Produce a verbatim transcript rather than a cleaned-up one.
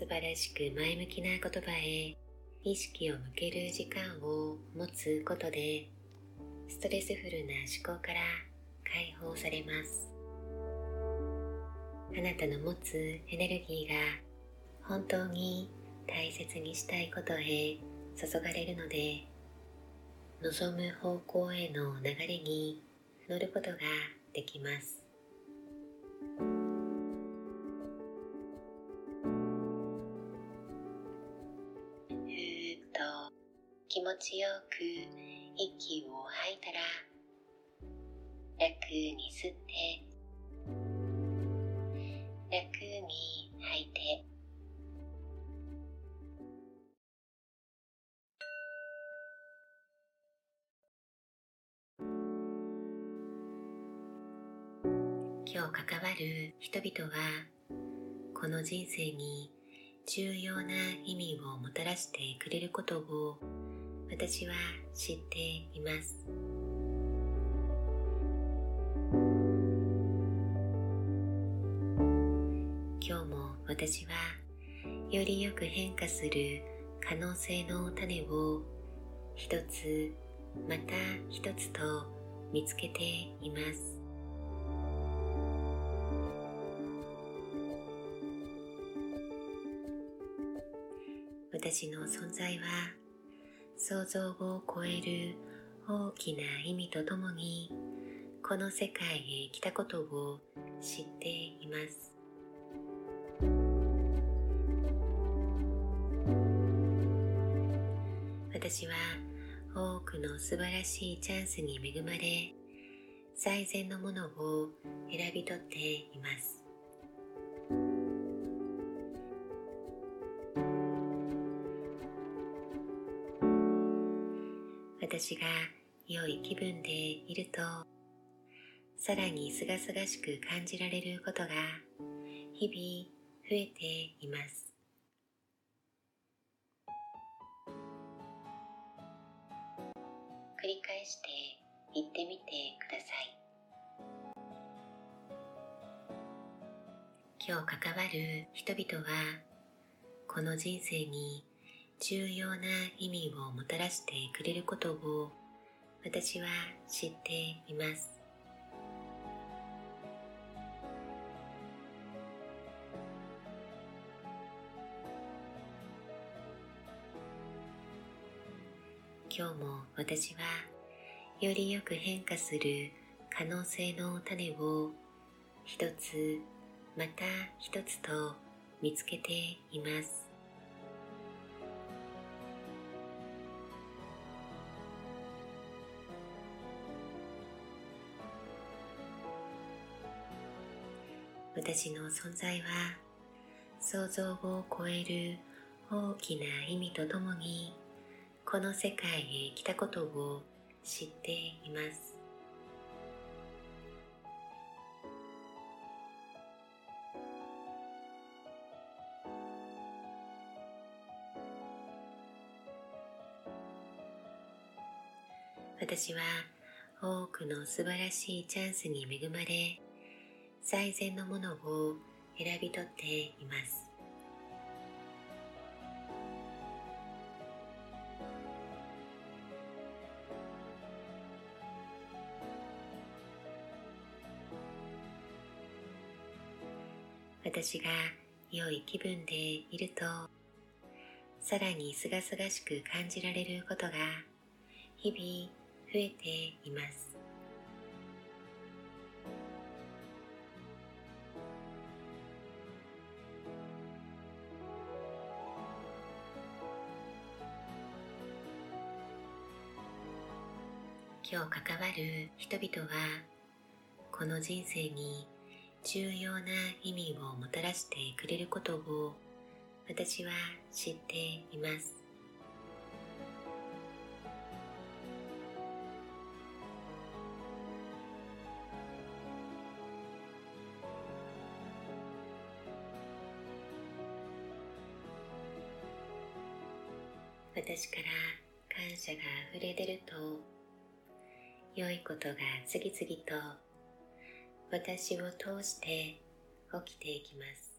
素晴らしく前向きな言葉へ意識を向ける時間を持つことで、ストレスフルな思考から解放されます。あなたの持つエネルギーが本当に大切にしたいことへ注がれるので、望む方向への流れに乗ることができます。ふーっと気持ちよく息を吐いたら、楽に吸って楽に吐いて、今日関わる人々はこの人生に重要な意味をもたらしてくれることを私は知っています。今日も私はよりよく変化する可能性の種を一つまた一つと見つけています。私の存在は想像を超える大きな意味とともにこの世界へ来たことを知っています。私は多くの素晴らしいチャンスに恵まれ、最善のものを選び取っています。私が良い気分でいると、さらにすがすがしく感じられることが日々増えています。繰り返して言ってみてください。今日関わる人々はこの人生に重要な意味をもたらしてくれることを私は知っています。今日も私はよりよく変化する可能性の種を一つまた一つと見つけています。私の存在は想像を超える大きな意味とともにこの世界へ来たことを知っています。私は多くの素晴らしいチャンスに恵まれ、最善のものを選び取っています。私が良い気分でいると、さらにすがすがしく感じられることが日々増えています。今日関わる人々はこの人生に重要な意味をもたらしてくれることを私は知っています。私から感謝が溢れ出ると、良いことが次々と私を通して起きていきます。